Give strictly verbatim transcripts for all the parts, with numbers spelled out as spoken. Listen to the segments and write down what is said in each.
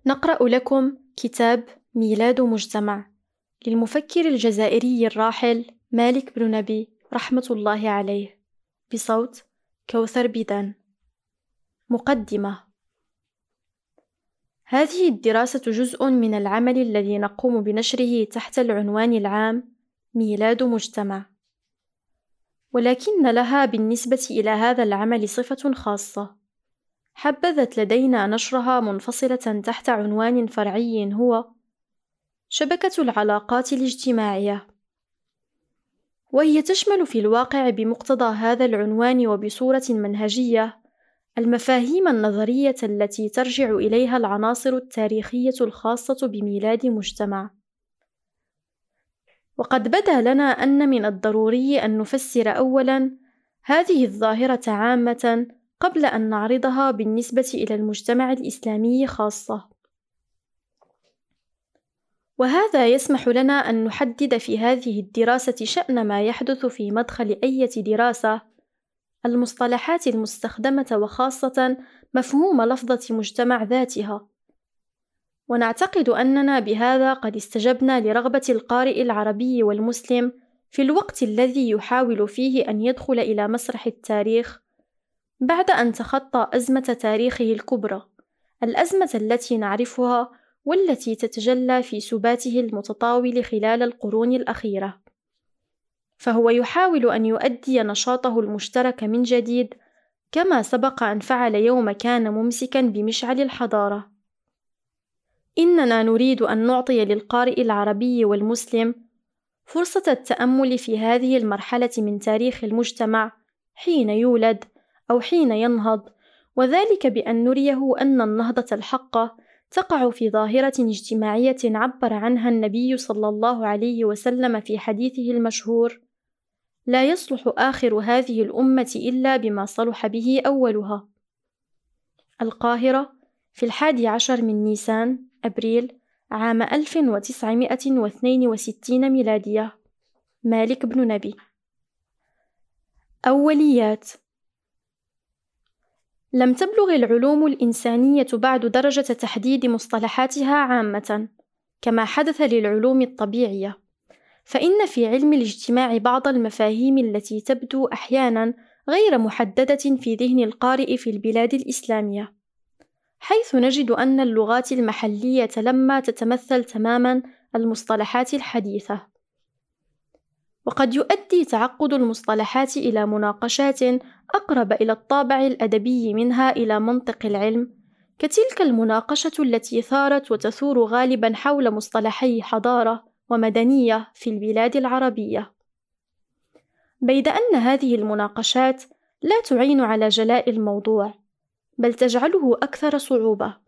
نقرأ لكم كتاب ميلاد مجتمع للمفكر الجزائري الراحل مالك بن نبي رحمة الله عليه، بصوت كوثر بيدان. مقدمة. هذه الدراسة جزء من العمل الذي نقوم بنشره تحت العنوان العام ميلاد مجتمع، ولكن لها بالنسبة إلى هذا العمل صفة خاصة، حبذت لدينا نشرها منفصلة تحت عنوان فرعي هو شبكة العلاقات الاجتماعية، وهي تشمل في الواقع بمقتضى هذا العنوان وبصورة منهجية المفاهيم النظرية التي ترجع إليها العناصر التاريخية الخاصة بميلاد مجتمع. وقد بدا لنا أن من الضروري أن نفسر أولاً هذه الظاهرة عامة قبل أن نعرضها بالنسبة إلى المجتمع الإسلامي خاصة، وهذا يسمح لنا أن نحدد في هذه الدراسة شأن ما يحدث في مدخل أي دراسة، المصطلحات المستخدمة وخاصة مفهوم لفظة مجتمع ذاتها. ونعتقد أننا بهذا قد استجبنا لرغبة القارئ العربي والمسلم في الوقت الذي يحاول فيه أن يدخل إلى مسرح التاريخ بعد أن تخطى أزمة تاريخه الكبرى، الأزمة التي نعرفها والتي تتجلى في سباته المتطاول خلال القرون الأخيرة. فهو يحاول أن يؤدي نشاطه المشترك من جديد كما سبق أن فعل يوم كان ممسكا بمشعل الحضارة. إننا نريد أن نعطي للقارئ العربي والمسلم فرصة التأمل في هذه المرحلة من تاريخ المجتمع حين يولد أو حين ينهض، وذلك بأن نريه أن النهضة الحقة تقع في ظاهرة اجتماعية عبر عنها النبي صلى الله عليه وسلم في حديثه المشهور: لا يصلح آخر هذه الأمة إلا بما صلح به أولها. القاهرة في الحادي عشر من نيسان أبريل عام ألف وتسعمائة واثنين وستين ميلادية. مالك بن نبي. أوليات. لم تبلغ العلوم الإنسانية بعد درجة تحديد مصطلحاتها عامة كما حدث للعلوم الطبيعية، فإن في علم الاجتماع بعض المفاهيم التي تبدو أحياناً غير محددة في ذهن القارئ في البلاد الإسلامية، حيث نجد أن اللغات المحلية لما تتمثل تماماً المصطلحات الحديثة. وقد يؤدي تعقد المصطلحات إلى مناقشات أقرب إلى الطابع الأدبي منها إلى منطق العلم، كتلك المناقشة التي ثارت وتثور غالباً حول مصطلحي حضارة ومدنية في البلاد العربية، بيد أن هذه المناقشات لا تعين على جلاء الموضوع بل تجعله أكثر صعوبة.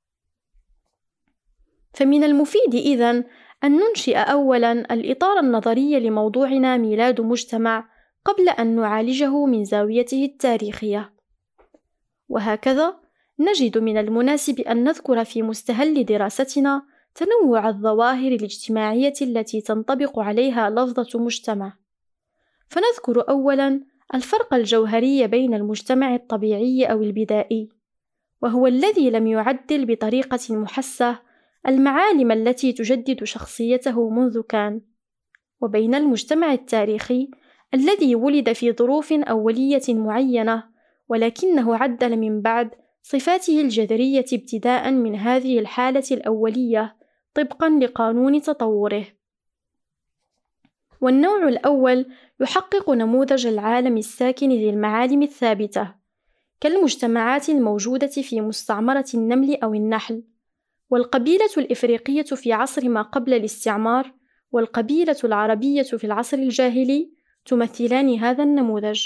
فمن المفيد إذن أن ننشئ أولاً الإطار النظري لموضوعنا ميلاد مجتمع قبل أن نعالجه من زاويته التاريخية. وهكذا نجد من المناسب أن نذكر في مستهل دراستنا تنوع الظواهر الاجتماعية التي تنطبق عليها لفظة مجتمع. فنذكر أولاً الفرق الجوهري بين المجتمع الطبيعي أو البدائي، وهو الذي لم يعدل بطريقة محسة المعالم التي تجدد شخصيته منذ كان، وبين المجتمع التاريخي الذي ولد في ظروف أولية معينة ولكنه عدل من بعد صفاته الجذرية ابتداء من هذه الحالة الأولية طبقا لقانون تطوره. والنوع الأول يحقق نموذج العالم الساكن للمعالم الثابتة كالمجتمعات الموجودة في مستعمرة النمل أو النحل، والقبيلة الإفريقية في عصر ما قبل الاستعمار، والقبيلة العربية في العصر الجاهلي تمثلان هذا النموذج.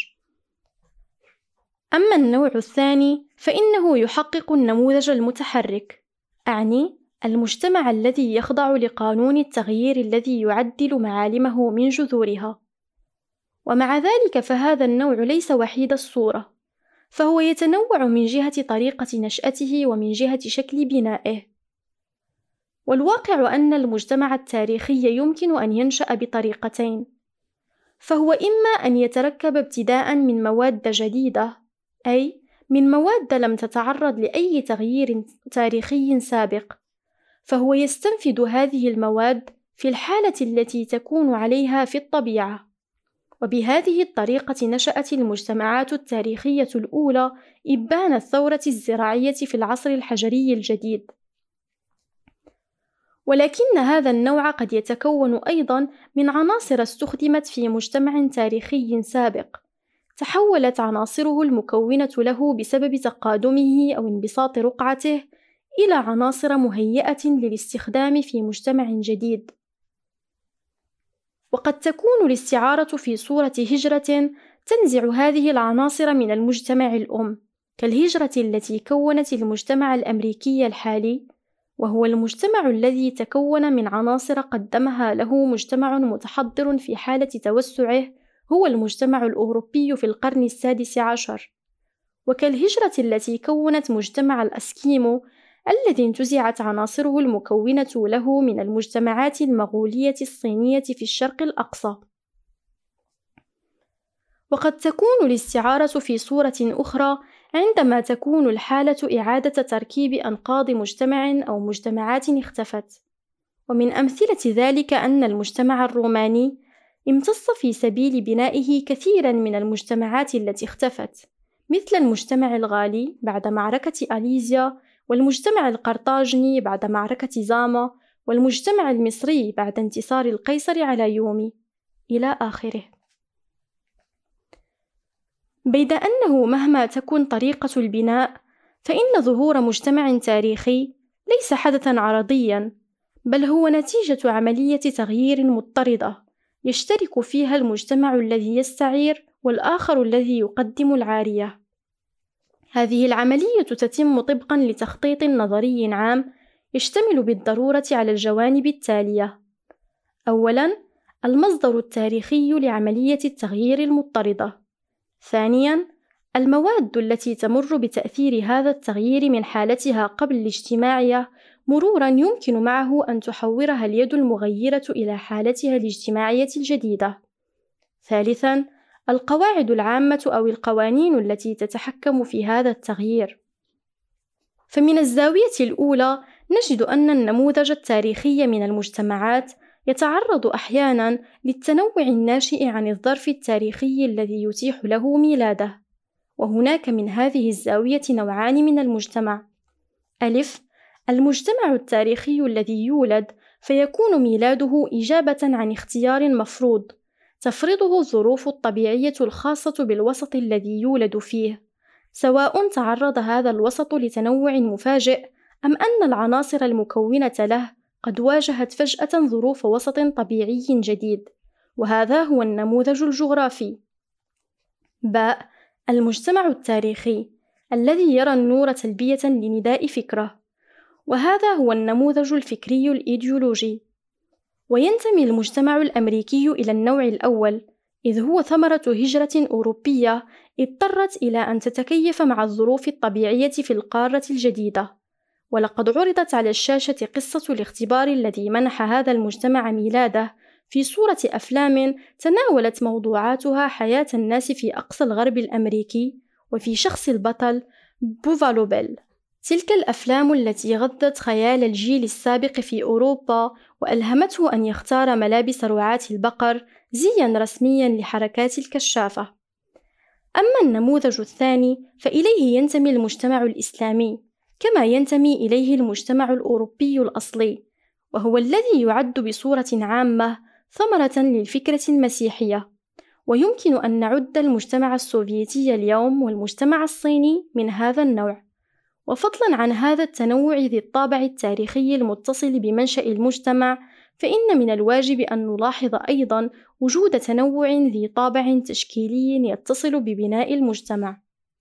أما النوع الثاني فإنه يحقق النموذج المتحرك، أعني المجتمع الذي يخضع لقانون التغيير الذي يعدل معالمه من جذورها. ومع ذلك فهذا النوع ليس وحيد الصورة، فهو يتنوع من جهة طريقة نشأته ومن جهة شكل بنائه. والواقع أن المجتمع التاريخي يمكن أن ينشأ بطريقتين، فهو إما أن يتركب ابتداء من مواد جديدة، أي من مواد لم تتعرض لأي تغيير تاريخي سابق فهو يستنفد هذه المواد في الحالة التي تكون عليها في الطبيعة. وبهذه الطريقة نشأت المجتمعات التاريخية الأولى إبان الثورة الزراعية في العصر الحجري الجديد. ولكن هذا النوع قد يتكون أيضاً من عناصر استخدمت في مجتمع تاريخي سابق، تحولت عناصره المكونة له بسبب تقادمه أو انبساط رقعته إلى عناصر مهيئة للاستخدام في مجتمع جديد. وقد تكون الاستعارة في صورة هجرة تنزع هذه العناصر من المجتمع الأم، كالهجرة التي كونت المجتمع الأمريكي الحالي، وهو المجتمع الذي تكون من عناصر قدمها له مجتمع متحضر في حالة توسعه هو المجتمع الأوروبي في القرن السادس عشر، وكالهجرة التي كونت مجتمع الأسكيمو الذي انتزعت عناصره المكونة له من المجتمعات المغولية الصينية في الشرق الأقصى. وقد تكون الاستعارة في صورة أخرى عندما تكون الحالة إعادة تركيب أنقاض مجتمع أو مجتمعات اختفت، ومن أمثلة ذلك أن المجتمع الروماني امتص في سبيل بنائه كثيرا من المجتمعات التي اختفت، مثل المجتمع الغالي بعد معركة أليزيا، والمجتمع القرطاجني بعد معركة زاما، والمجتمع المصري بعد انتصار القيصر على يومي، إلى آخره. بيد أنه مهما تكن طريقة البناء، فإن ظهور مجتمع تاريخي ليس حدثاً عرضياً، بل هو نتيجة عملية تغيير مضطردة يشترك فيها المجتمع الذي يستعير والآخر الذي يقدم العارية. هذه العملية تتم طبقاً لتخطيط نظري عام يشتمل بالضرورة على الجوانب التالية: أولاً، المصدر التاريخي لعملية التغيير المضطردة. ثانياً، المواد التي تمر بتأثير هذا التغيير من حالتها قبل الاجتماعية مروراً يمكن معه أن تحورها اليد المغيرة إلى حالتها الاجتماعية الجديدة. ثالثاً، القواعد العامة أو القوانين التي تتحكم في هذا التغيير. فمن الزاوية الأولى نجد أن النموذج التاريخي من المجتمعات يتعرض أحياناً للتنوع الناشئ عن الظرف التاريخي الذي يتيح له ميلاده، وهناك من هذه الزاوية نوعان من المجتمع: ألف، المجتمع التاريخي الذي يولد فيكون ميلاده إجابة عن اختيار مفروض تفرضه الظروف الطبيعية الخاصة بالوسط الذي يولد فيه، سواء تعرض هذا الوسط لتنوع مفاجئ أم أن العناصر المكونة له قد واجهت فجأة ظروف وسط طبيعي جديد، وهذا هو النموذج الجغرافي. باء، المجتمع التاريخي الذي يرى النور تلبية لنداء فكرة، وهذا هو النموذج الفكري الإيديولوجي. وينتمي المجتمع الأمريكي إلى النوع الأول، إذ هو ثمرة هجرة أوروبية اضطرت إلى أن تتكيف مع الظروف الطبيعية في القارة الجديدة. ولقد عرضت على الشاشة قصة الاختبار الذي منح هذا المجتمع ميلاده في صورة أفلام تناولت موضوعاتها حياة الناس في أقصى الغرب الأمريكي، وفي شخص البطل بوفالو بيل. تلك الأفلام التي غذت خيال الجيل السابق في أوروبا وألهمته أن يختار ملابس رعاة البقر زياً رسمياً لحركات الكشافة. أما النموذج الثاني فإليه ينتمي المجتمع الإسلامي، كما ينتمي إليه المجتمع الأوروبي الأصلي، وهو الذي يعد بصورة عامة ثمرة للفكرة المسيحية. ويمكن أن نعد المجتمع السوفيتي اليوم والمجتمع الصيني من هذا النوع. وفضلاً عن هذا التنوع ذي الطابع التاريخي المتصل بمنشأ المجتمع، فإن من الواجب أن نلاحظ أيضاً وجود تنوع ذي طابع تشكيلي يتصل ببناء المجتمع.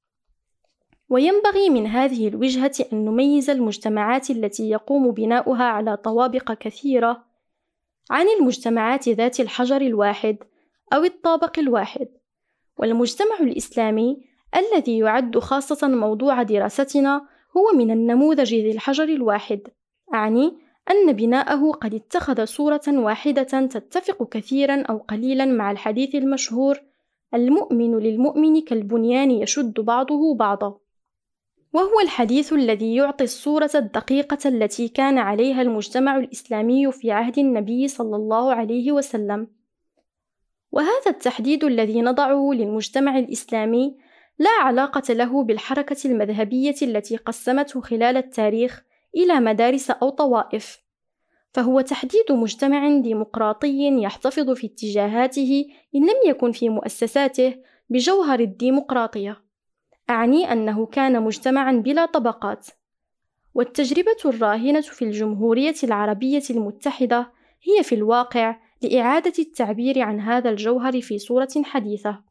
وينبغي من هذه الوجهة أن نميز المجتمعات التي يقوم بناؤها على طوابق كثيرة عن المجتمعات ذات الحجر الواحد أو الطابق الواحد. والمجتمع الإسلامي الذي يعد خاصة موضوع دراستنا هو من النموذج ذي الحجر الواحد، أعني أن بناءه قد اتخذ صورة واحدة تتفق كثيرا أو قليلا مع الحديث المشهور: المؤمن للمؤمن كالبنيان يشد بعضه بعضا. وهو الحديث الذي يعطي الصورة الدقيقة التي كان عليها المجتمع الإسلامي في عهد النبي صلى الله عليه وسلم. وهذا التحديد الذي نضعه للمجتمع الإسلامي لا علاقة له بالحركة المذهبية التي قسمته خلال التاريخ إلى مدارس أو طوائف، فهو تحديد مجتمع ديمقراطي يحتفظ في اتجاهاته إن لم يكن في مؤسساته بجوهر الديمقراطية. أعني أنه كان مجتمعًا بلا طبقات. والتجربة الراهنة في الجمهورية العربية المتحدة هي في الواقع لإعادة التعبير عن هذا الجوهر في صورة حديثة.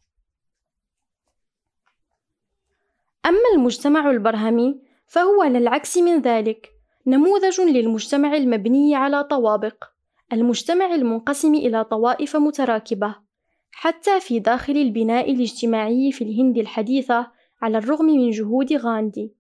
أما المجتمع البرهمي فهو على العكس من ذلك نموذج للمجتمع المبني على طوابق، المجتمع المنقسم إلى طوائف متراكبة، حتى في داخل البناء الاجتماعي في الهند الحديثة على الرغم من جهود غاندي.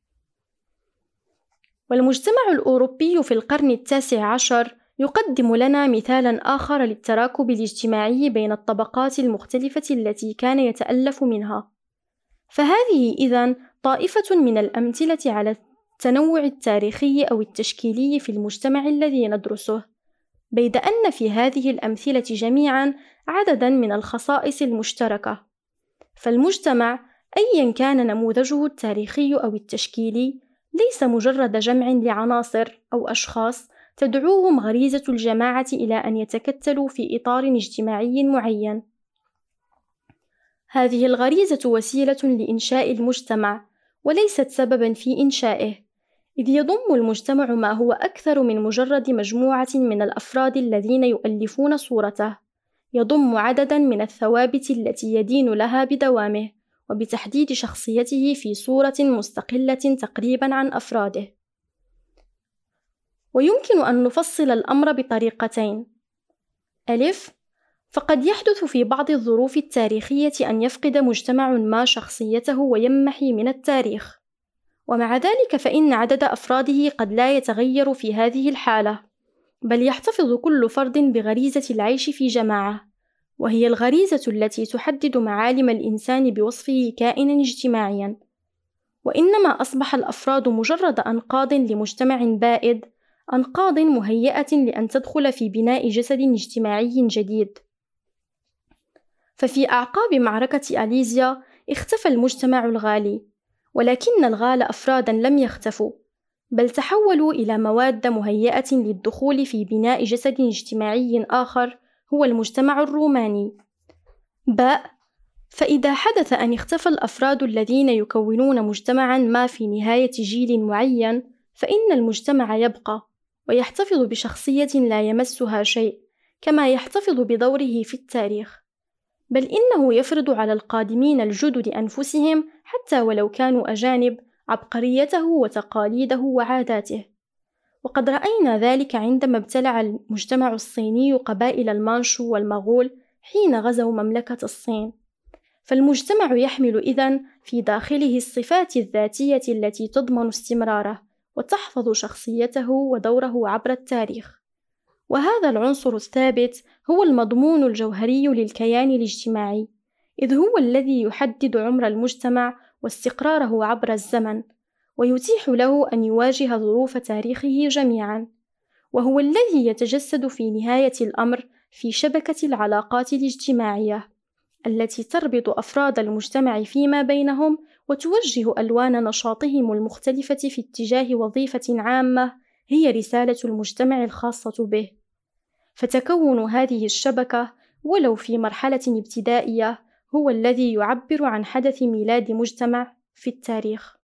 والمجتمع الأوروبي في القرن التاسع عشر يقدم لنا مثالاً آخر للتراكب الاجتماعي بين الطبقات المختلفة التي كان يتألف منها. فهذه إذن طائفة من الأمثلة على التنوع التاريخي أو التشكيلي في المجتمع الذي ندرسه، بيد أن في هذه الأمثلة جميعاً عدداً من الخصائص المشتركة. فالمجتمع أياً كان نموذجه التاريخي أو التشكيلي ليس مجرد جمع لعناصر أو أشخاص تدعوهم غريزة الجماعة إلى أن يتكتلوا في إطار اجتماعي معين. هذه الغريزة وسيلة لإنشاء المجتمع وليست سبباً في إنشائه، إذ يضم المجتمع ما هو أكثر من مجرد مجموعة من الأفراد الذين يؤلفون صورته، يضم عدداً من الثوابت التي يدين لها بدوامه وبتحديد شخصيته في صورة مستقلة تقريباً عن أفراده. ويمكن أن نفصل الأمر بطريقتين: ألف، فقد يحدث في بعض الظروف التاريخية أن يفقد مجتمع ما شخصيته ويمحي من التاريخ، ومع ذلك فإن عدد أفراده قد لا يتغير في هذه الحالة، بل يحتفظ كل فرد بغريزة العيش في جماعة، وهي الغريزة التي تحدد معالم الإنسان بوصفه كائناً اجتماعياً. وإنما أصبح الأفراد مجرد أنقاض لمجتمع بائد، أنقاض مهيئة لأن تدخل في بناء جسد اجتماعي جديد. ففي أعقاب معركة أليزيا اختفى المجتمع الغالي، ولكن الغال أفرادا لم يختفوا، بل تحولوا إلى مواد مهيئة للدخول في بناء جسد اجتماعي آخر هو المجتمع الروماني. باء، فإذا حدث أن اختفى الأفراد الذين يكونون مجتمعا ما في نهاية جيل معين، فإن المجتمع يبقى ويحتفظ بشخصية لا يمسها شيء، كما يحتفظ بدوره في التاريخ، بل إنه يفرض على القادمين الجدد أنفسهم حتى ولو كانوا أجانب عبقريته وتقاليده وعاداته. وقد رأينا ذلك عندما ابتلع المجتمع الصيني قبائل المانشو والمغول حين غزوا مملكة الصين. فالمجتمع يحمل إذن في داخله الصفات الذاتية التي تضمن استمراره وتحفظ شخصيته ودوره عبر التاريخ. وهذا العنصر الثابت هو المضمون الجوهري للكيان الاجتماعي، إذ هو الذي يحدد عمر المجتمع واستقراره عبر الزمن، ويتيح له أن يواجه ظروف تاريخه جميعاً، وهو الذي يتجسد في نهاية الأمر في شبكة العلاقات الاجتماعية التي تربط أفراد المجتمع فيما بينهم وتوجه ألوان نشاطهم المختلفة في اتجاه وظيفة عامة هي رسالة المجتمع الخاصة به. فتكون هذه الشبكة ولو في مرحلة ابتدائية هو الذي يعبر عن حدث ميلاد مجتمع في التاريخ.